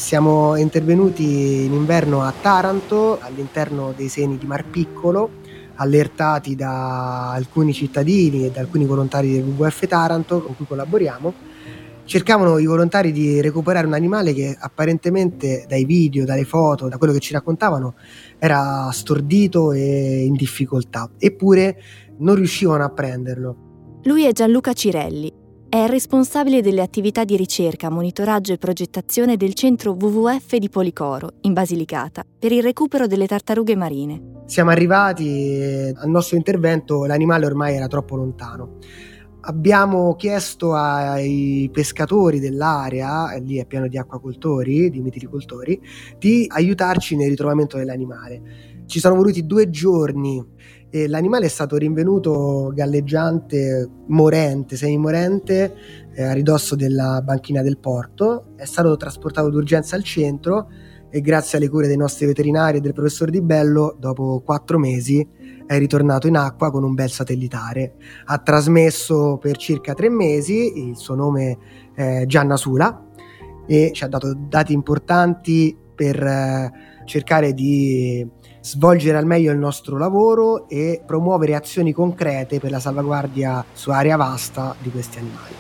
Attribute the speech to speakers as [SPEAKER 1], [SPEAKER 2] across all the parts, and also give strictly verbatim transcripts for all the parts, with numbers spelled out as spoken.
[SPEAKER 1] Siamo intervenuti in inverno a Taranto, all'interno dei seni di Mar Piccolo, allertati da alcuni cittadini e da alcuni volontari del W W F Taranto con cui collaboriamo. Cercavano i volontari di recuperare un animale che apparentemente dai video, dalle foto, da quello che ci raccontavano era stordito e in difficoltà, eppure non riuscivano a prenderlo.
[SPEAKER 2] Lui è Gianluca Cirelli, è il responsabile delle attività di ricerca, monitoraggio e progettazione del centro W W F di Policoro, in Basilicata, per il recupero delle tartarughe marine.
[SPEAKER 1] Siamo arrivati e al nostro intervento l'animale ormai era troppo lontano. Abbiamo chiesto ai pescatori dell'area, lì è pieno di acquacoltori, di mitilicoltori, di aiutarci nel ritrovamento dell'animale. Ci sono voluti due giorni e l'animale è stato rinvenuto galleggiante, morente, semimorente, eh, a ridosso della banchina del porto. È stato trasportato d'urgenza al centro e grazie alle cure dei nostri veterinari e del professor Di Bello, dopo quattro mesi è ritornato in acqua con un bel satellitare. Ha trasmesso per circa tre mesi, il suo nome è Gianna Sula, e ci ha dato dati importanti per eh, cercare di svolgere al meglio il nostro lavoro e promuovere azioni concrete per la salvaguardia su area vasta di questi animali.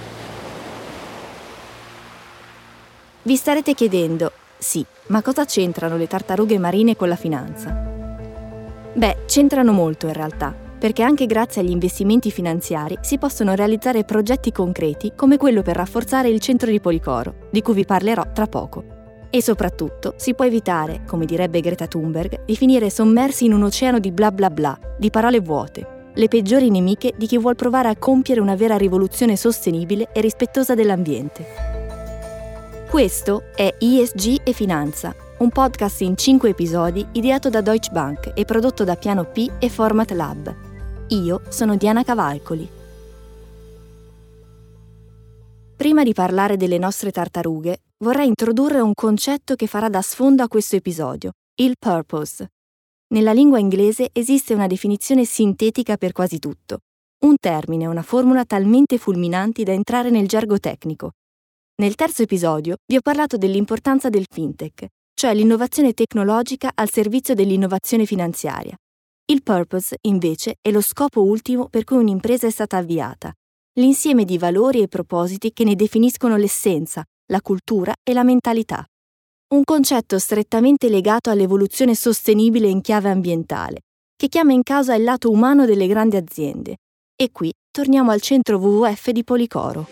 [SPEAKER 2] Vi starete chiedendo, sì, ma cosa c'entrano le tartarughe marine con la finanza? Beh, c'entrano molto in realtà, perché anche grazie agli investimenti finanziari si possono realizzare progetti concreti come quello per rafforzare il centro di Policoro, di cui vi parlerò tra poco. E soprattutto si può evitare, come direbbe Greta Thunberg, di finire sommersi in un oceano di bla bla bla, di parole vuote, le peggiori nemiche di chi vuol provare a compiere una vera rivoluzione sostenibile e rispettosa dell'ambiente. Questo è E S G e Finanza, un podcast in cinque episodi ideato da Deutsche Bank e prodotto da Piano P e Format Lab. Io sono Diana Cavalcoli. Prima di parlare delle nostre tartarughe, vorrei introdurre un concetto che farà da sfondo a questo episodio, il purpose. Nella lingua inglese esiste una definizione sintetica per quasi tutto, un termine e una formula talmente fulminanti da entrare nel gergo tecnico. Nel terzo episodio vi ho parlato dell'importanza del fintech, cioè l'innovazione tecnologica al servizio dell'innovazione finanziaria. Il purpose, invece, è lo scopo ultimo per cui un'impresa è stata avviata, l'insieme di valori e propositi che ne definiscono l'essenza, la cultura e la mentalità. Un concetto strettamente legato all'evoluzione sostenibile in chiave ambientale, che chiama in causa il lato umano delle grandi aziende. E qui torniamo al centro W W F di Policoro.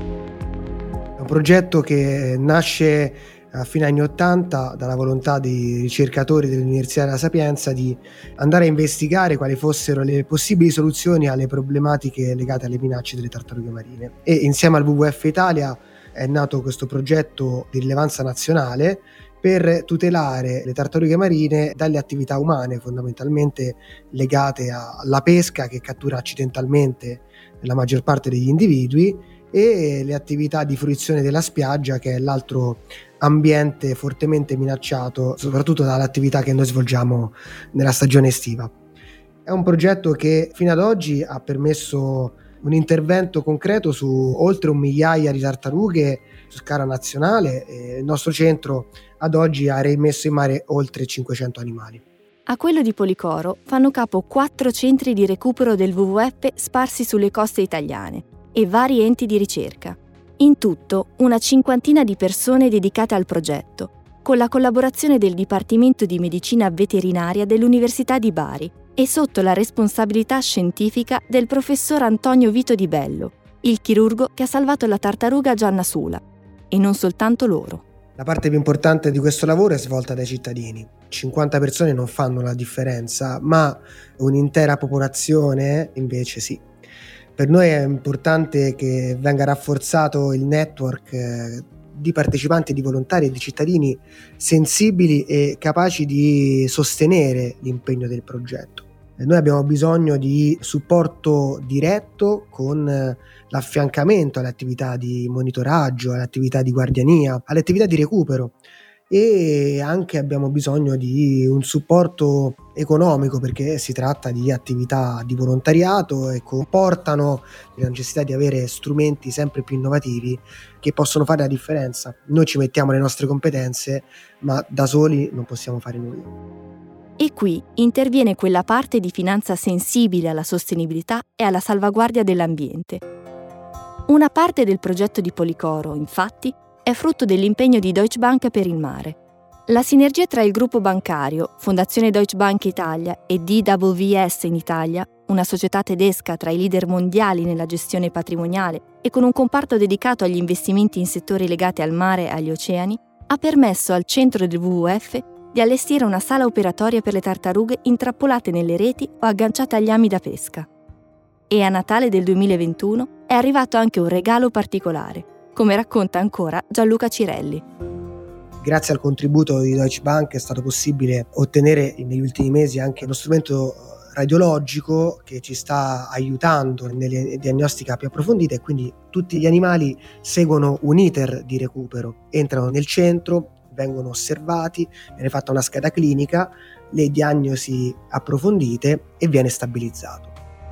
[SPEAKER 1] È un progetto che nasce a fine anni ottanta dalla volontà dei ricercatori dell'Università della Sapienza di andare a investigare quali fossero le possibili soluzioni alle problematiche legate alle minacce delle tartarughe marine. E insieme al W W F Italia è nato questo progetto di rilevanza nazionale per tutelare le tartarughe marine dalle attività umane, fondamentalmente legate alla pesca che cattura accidentalmente la maggior parte degli individui, e le attività di fruizione della spiaggia, che è l'altro ambiente fortemente minacciato, soprattutto dall'attività che noi svolgiamo nella stagione estiva. È un progetto che fino ad oggi ha permesso un intervento concreto su oltre un migliaia di tartarughe su scala nazionale e il nostro centro ad oggi ha rimesso in mare oltre cinquecento animali.
[SPEAKER 2] A quello di Policoro fanno capo quattro centri di recupero del W W F sparsi sulle coste italiane e vari enti di ricerca. In tutto una cinquantina di persone dedicate al progetto, con la collaborazione del Dipartimento di Medicina Veterinaria dell'Università di Bari e sotto la responsabilità scientifica del professor Antonio Vito Di Bello, il chirurgo che ha salvato la tartaruga Gianna Sula. E non soltanto loro.
[SPEAKER 1] La parte più importante di questo lavoro è svolta dai cittadini. cinquanta persone non fanno la differenza, ma un'intera popolazione invece sì. Per noi è importante che venga rafforzato il network di partecipanti, di volontari e di cittadini sensibili e capaci di sostenere l'impegno del progetto. Noi abbiamo bisogno di supporto diretto con l'affiancamento alle attività di monitoraggio, alle attività di guardiania, alle attività di recupero e anche abbiamo bisogno di un supporto economico, perché si tratta di attività di volontariato e comportano la necessità di avere strumenti sempre più innovativi che possono fare la differenza. Noi ci mettiamo le nostre competenze, ma da soli non possiamo fare nulla.
[SPEAKER 2] E qui interviene quella parte di finanza sensibile alla sostenibilità e alla salvaguardia dell'ambiente. Una parte del progetto di Policoro, infatti, è frutto dell'impegno di Deutsche Bank per il mare. La sinergia tra il gruppo bancario, Fondazione Deutsche Bank Italia e D W V S in Italia, una società tedesca tra i leader mondiali nella gestione patrimoniale e con un comparto dedicato agli investimenti in settori legati al mare e agli oceani, ha permesso al centro del W W F di allestire una sala operatoria per le tartarughe intrappolate nelle reti o agganciate agli ami da pesca. E a Natale del duemilaventuno è arrivato anche un regalo particolare, come racconta ancora Gianluca Cirelli.
[SPEAKER 1] Grazie al contributo di Deutsche Bank è stato possibile ottenere negli ultimi mesi anche uno strumento radiologico che ci sta aiutando nelle diagnostiche più approfondite, e quindi tutti gli animali seguono un iter di recupero, entrano nel centro, vengono osservati, viene fatta una scheda clinica, le diagnosi approfondite e viene stabilizzato.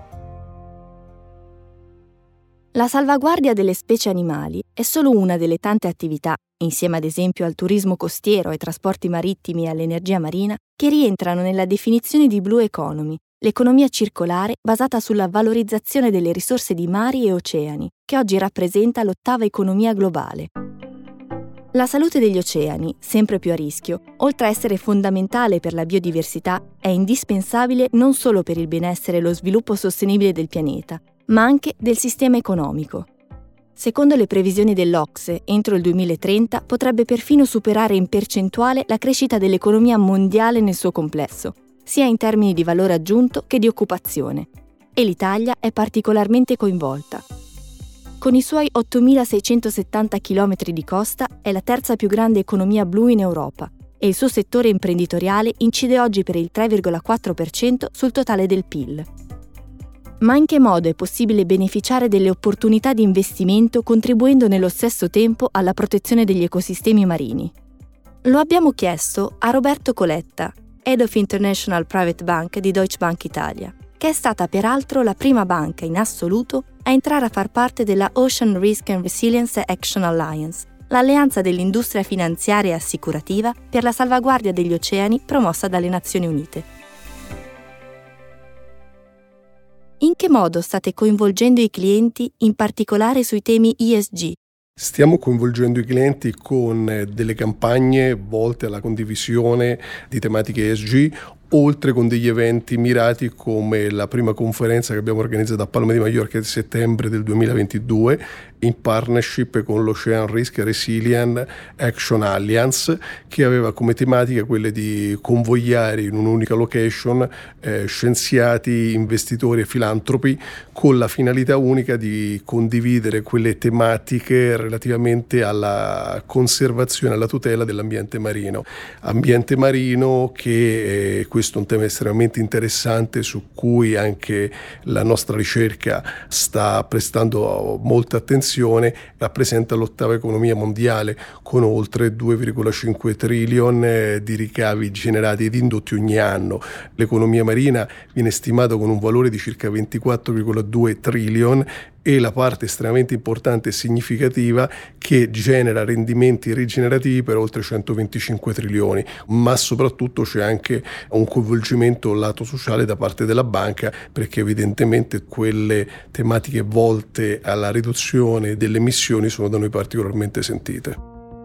[SPEAKER 2] La salvaguardia delle specie animali è solo una delle tante attività, insieme ad esempio al turismo costiero, ai trasporti marittimi e all'energia marina, che rientrano nella definizione di Blue Economy, l'economia circolare basata sulla valorizzazione delle risorse di mari e oceani, che oggi rappresenta l'ottava economia globale. La salute degli oceani, sempre più a rischio, oltre a essere fondamentale per la biodiversità, è indispensabile non solo per il benessere e lo sviluppo sostenibile del pianeta, ma anche del sistema economico. Secondo le previsioni dell'Ocse, entro il duemilatrenta potrebbe perfino superare in percentuale la crescita dell'economia mondiale nel suo complesso, sia in termini di valore aggiunto che di occupazione. E l'Italia è particolarmente coinvolta. Con i suoi ottomilaseicentosettanta chilometri di costa è la terza più grande economia blu in Europa e il suo settore imprenditoriale incide oggi per il tre virgola quattro per cento sul totale del P I L. Ma in che modo è possibile beneficiare delle opportunità di investimento contribuendo nello stesso tempo alla protezione degli ecosistemi marini? Lo abbiamo chiesto a Roberto Coletta, Head of International Private Bank di Deutsche Bank Italia, che è stata peraltro la prima banca in assoluto a entrare a far parte della Ocean Risk and Resilience Action Alliance, l'alleanza dell'industria finanziaria e assicurativa per la salvaguardia degli oceani promossa dalle Nazioni Unite. In che modo state coinvolgendo i clienti, in particolare sui temi E S G?
[SPEAKER 3] Stiamo coinvolgendo i clienti con delle campagne volte alla condivisione di tematiche E S G, oltre con degli eventi mirati come la prima conferenza che abbiamo organizzato a Palma di Mallorca di settembre del duemilaventidue in partnership con l'Ocean Risk Resilient Action Alliance, che aveva come tematica quella di convogliare in un'unica location eh, scienziati, investitori e filantropi con la finalità unica di condividere quelle tematiche relativamente alla conservazione e alla tutela dell'ambiente marino. Ambiente marino che eh, questo è un tema estremamente interessante su cui anche la nostra ricerca sta prestando molta attenzione. Rappresenta l'ottava economia mondiale con oltre due virgola cinque trillion di ricavi generati ed indotti ogni anno. L'economia marina viene stimata con un valore di circa ventiquattro virgola due trillion e la parte estremamente importante e significativa che genera rendimenti rigenerativi per oltre centoventicinque trilioni, ma soprattutto c'è anche un coinvolgimento lato sociale da parte della banca, perché evidentemente quelle tematiche volte alla riduzione delle emissioni sono da noi particolarmente sentite.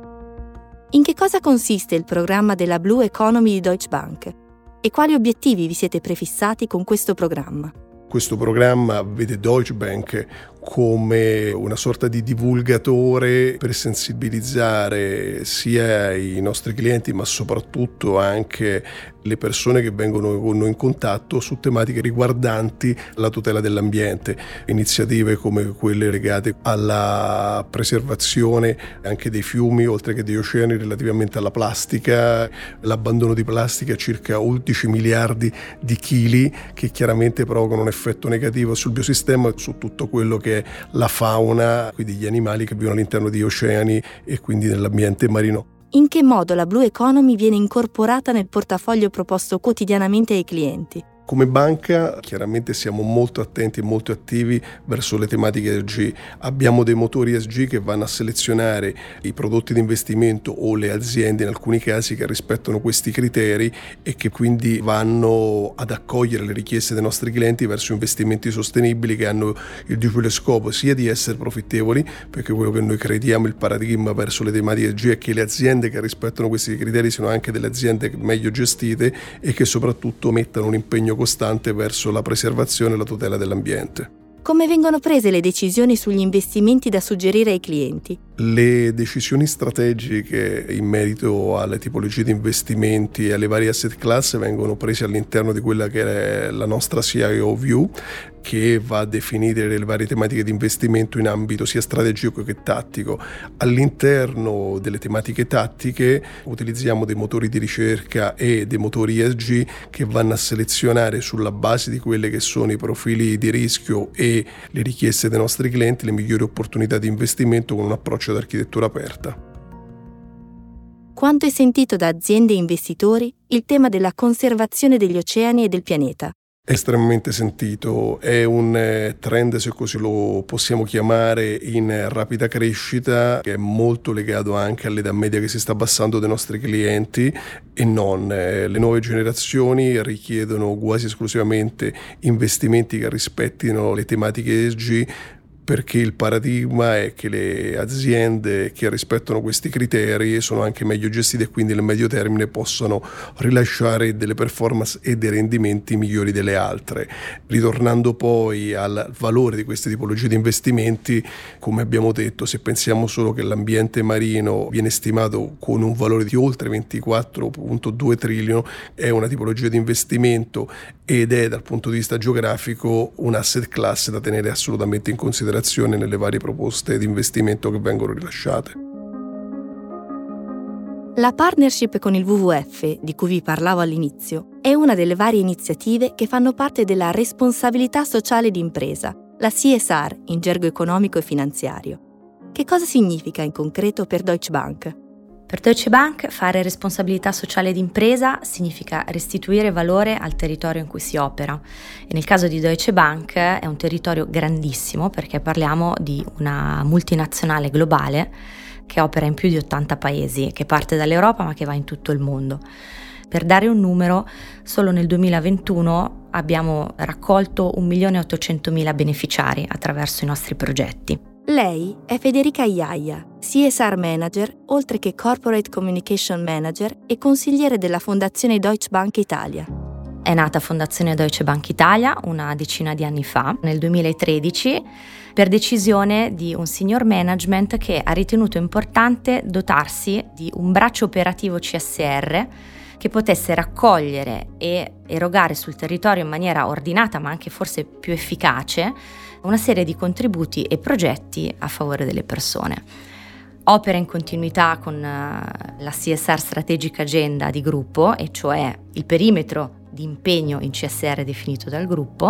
[SPEAKER 2] In che cosa consiste il programma della Blue Economy di Deutsche Bank e quali obiettivi vi siete prefissati con questo programma?
[SPEAKER 3] Questo programma vede Deutsche Bank come una sorta di divulgatore per sensibilizzare sia i nostri clienti ma soprattutto anche le persone che vengono con noi in contatto su tematiche riguardanti la tutela dell'ambiente, iniziative come quelle legate alla preservazione anche dei fiumi oltre che degli oceani relativamente alla plastica, l'abbandono di plastica, circa undici miliardi di chili che chiaramente provocano un effetto negativo sul biosistema e su tutto quello che è la fauna, quindi gli animali che vivono all'interno degli oceani e quindi nell'ambiente marino.
[SPEAKER 2] in che modo la Blue Economy viene incorporata nel portafoglio proposto quotidianamente ai clienti.
[SPEAKER 3] Come banca chiaramente siamo molto attenti e molto attivi verso le tematiche E S G. Abbiamo dei motori E S G che vanno a selezionare i prodotti di investimento o le aziende in alcuni casi che rispettano questi criteri e che quindi vanno ad accogliere le richieste dei nostri clienti verso investimenti sostenibili che hanno il duplice scopo sia di essere profittevoli, perché quello che noi crediamo il paradigma verso le tematiche E S G è che le aziende che rispettano questi criteri siano anche delle aziende meglio gestite e che soprattutto mettano un impegno costante verso la preservazione e la tutela dell'ambiente.
[SPEAKER 2] Come vengono prese le decisioni sugli investimenti da suggerire ai clienti?
[SPEAKER 3] Le decisioni strategiche in merito alle tipologie di investimenti e alle varie asset class vengono prese all'interno di quella che è la nostra C I O View, che va a definire le varie tematiche di investimento in ambito sia strategico che tattico. All'interno delle tematiche tattiche utilizziamo dei motori di ricerca e dei motori E S G che vanno a selezionare sulla base di quelle che sono i profili di rischio e le richieste dei nostri clienti le migliori opportunità di investimento con un approccio d'architettura aperta.
[SPEAKER 2] Quanto è sentito da aziende e investitori il tema della conservazione degli oceani e del pianeta?
[SPEAKER 3] Estremamente sentito, è un trend, se così lo possiamo chiamare, in rapida crescita, che è molto legato anche all'età media che si sta abbassando dei nostri clienti e non. Le nuove generazioni richiedono quasi esclusivamente investimenti che rispettino le tematiche E S G, perché il paradigma è che le aziende che rispettano questi criteri sono anche meglio gestite e quindi nel medio termine possono rilasciare delle performance e dei rendimenti migliori delle altre. Ritornando poi al valore di queste tipologie di investimenti, come abbiamo detto, se pensiamo solo che l'ambiente marino viene stimato con un valore di oltre ventiquattro virgola due trillion, è una tipologia di investimento ed è dal punto di vista geografico un asset class da tenere assolutamente in considerazione nelle varie proposte di investimento che vengono rilasciate.
[SPEAKER 2] La partnership con il W W F, di cui vi parlavo all'inizio, è una delle varie iniziative che fanno parte della responsabilità sociale d'impresa, la C S R in gergo economico e finanziario. Che cosa significa in concreto per Deutsche Bank?
[SPEAKER 4] Per Deutsche Bank fare responsabilità sociale d'impresa significa restituire valore al territorio in cui si opera e nel caso di Deutsche Bank è un territorio grandissimo perché parliamo di una multinazionale globale che opera in più di ottanta paesi, che parte dall'Europa ma che va in tutto il mondo. Per dare un numero, solo nel duemilaventuno abbiamo raccolto un milione e ottocentomila beneficiari attraverso i nostri progetti.
[SPEAKER 2] Lei è Federica Iaia, C S R Manager, oltre che Corporate Communication Manager e consigliere della Fondazione Deutsche Bank Italia.
[SPEAKER 4] È nata Fondazione Deutsche Bank Italia una decina di anni fa, nel duemilatredici, per decisione di un senior management che ha ritenuto importante dotarsi di un braccio operativo C S R che potesse raccogliere e erogare sul territorio in maniera ordinata ma anche forse più efficace una serie di contributi e progetti a favore delle persone. Opera in continuità con la C S R Strategic Agenda di gruppo, e cioè il perimetro di impegno in C S R definito dal gruppo,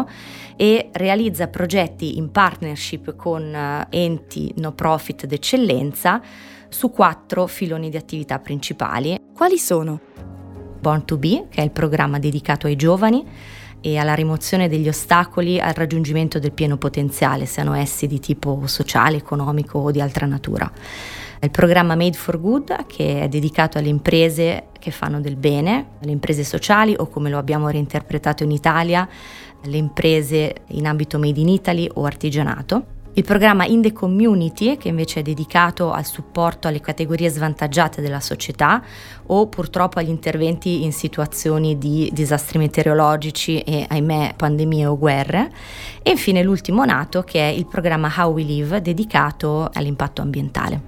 [SPEAKER 4] e realizza progetti in partnership con enti no profit d'eccellenza su quattro filoni di attività principali.
[SPEAKER 2] Quali sono?
[SPEAKER 4] Born to Be, che è il programma dedicato ai giovani e alla rimozione degli ostacoli al raggiungimento del pieno potenziale, siano essi di tipo sociale, economico o di altra natura. Il programma Made for Good, che è dedicato alle imprese che fanno del bene, alle imprese sociali o, come lo abbiamo reinterpretato in Italia, le imprese in ambito Made in Italy o artigianato. Il programma In the Community, che invece è dedicato al supporto alle categorie svantaggiate della società o purtroppo agli interventi in situazioni di disastri meteorologici e, ahimè, pandemie o guerre. E infine l'ultimo nato, che è il programma How We Live, dedicato all'impatto ambientale.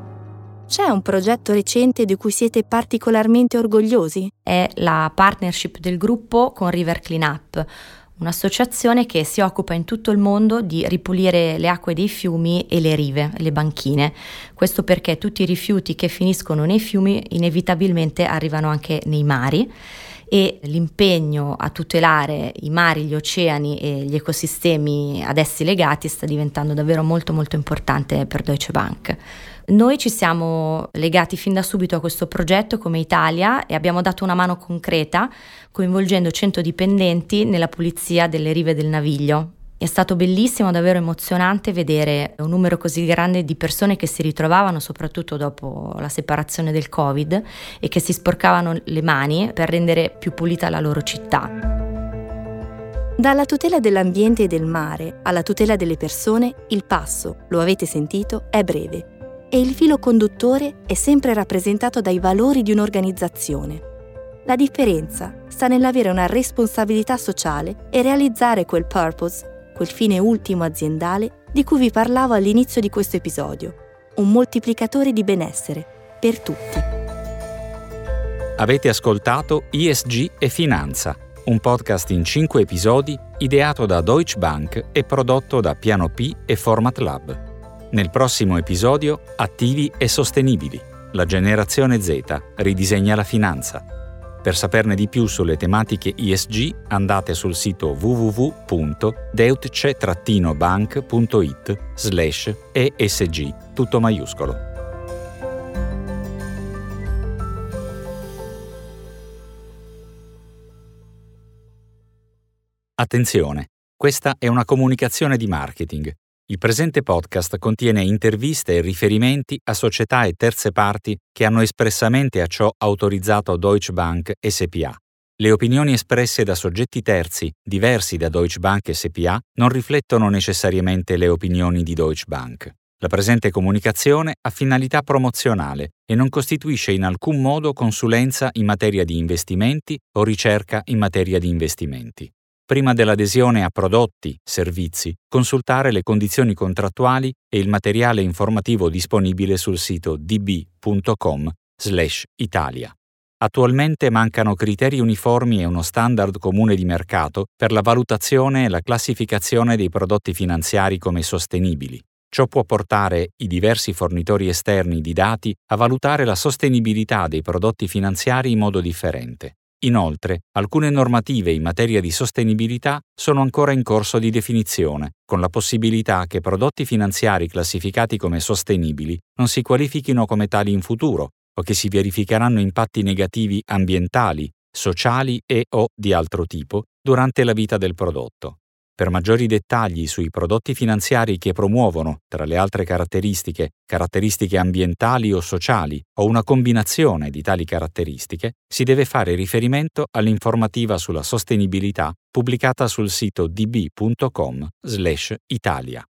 [SPEAKER 2] C'è un progetto recente di cui siete particolarmente orgogliosi?
[SPEAKER 4] È la partnership del gruppo con River Cleanup, un'associazione che si occupa in tutto il mondo di ripulire le acque dei fiumi e le rive, le banchine. Questo perché tutti i rifiuti che finiscono nei fiumi inevitabilmente arrivano anche nei mari e l'impegno a tutelare i mari, gli oceani e gli ecosistemi ad essi legati sta diventando davvero molto molto importante per Deutsche Bank. Noi ci siamo legati fin da subito a questo progetto come Italia e abbiamo dato una mano concreta coinvolgendo cento dipendenti nella pulizia delle rive del Naviglio. È stato bellissimo, davvero emozionante vedere un numero così grande di persone che si ritrovavano soprattutto dopo la separazione del Covid e che si sporcavano le mani per rendere più pulita la loro città.
[SPEAKER 2] Dalla tutela dell'ambiente e del mare alla tutela delle persone, il passo, lo avete sentito, è breve. E il filo conduttore è sempre rappresentato dai valori di un'organizzazione. La differenza sta nell'avere una responsabilità sociale e realizzare quel purpose, quel fine ultimo aziendale di cui vi parlavo all'inizio di questo episodio, un moltiplicatore di benessere per tutti.
[SPEAKER 5] Avete ascoltato I S G e Finanza, un podcast in cinque episodi ideato da Deutsche Bank e prodotto da Piano P e Format Lab. Nel prossimo episodio, Attivi e sostenibili. La generazione Z ridisegna la finanza. Per saperne di più sulle tematiche I S G, andate sul sito w w w punto deutsche bank punto it slash E S G, tutto maiuscolo. Attenzione, questa è una comunicazione di marketing. Il presente podcast contiene interviste e riferimenti a società e terze parti che hanno espressamente a ciò autorizzato Deutsche Bank S P A. Le opinioni espresse da soggetti terzi, diversi da Deutsche Bank S P A, non riflettono necessariamente le opinioni di Deutsche Bank. La presente comunicazione ha finalità promozionale e non costituisce in alcun modo consulenza in materia di investimenti o ricerca in materia di investimenti. Prima dell'adesione a prodotti, servizi, consultare le condizioni contrattuali e il materiale informativo disponibile sul sito d b punto com slash italia. Attualmente mancano criteri uniformi e uno standard comune di mercato per la valutazione e la classificazione dei prodotti finanziari come sostenibili. Ciò può portare i diversi fornitori esterni di dati a valutare la sostenibilità dei prodotti finanziari in modo differente. Inoltre, alcune normative in materia di sostenibilità sono ancora in corso di definizione, con la possibilità che prodotti finanziari classificati come sostenibili non si qualifichino come tali in futuro o che si verificheranno impatti negativi ambientali, sociali e o di altro tipo durante la vita del prodotto. Per maggiori dettagli sui prodotti finanziari che promuovono, tra le altre caratteristiche, caratteristiche ambientali o sociali o una combinazione di tali caratteristiche, si deve fare riferimento all'informativa sulla sostenibilità pubblicata sul sito d b punto com slash italia.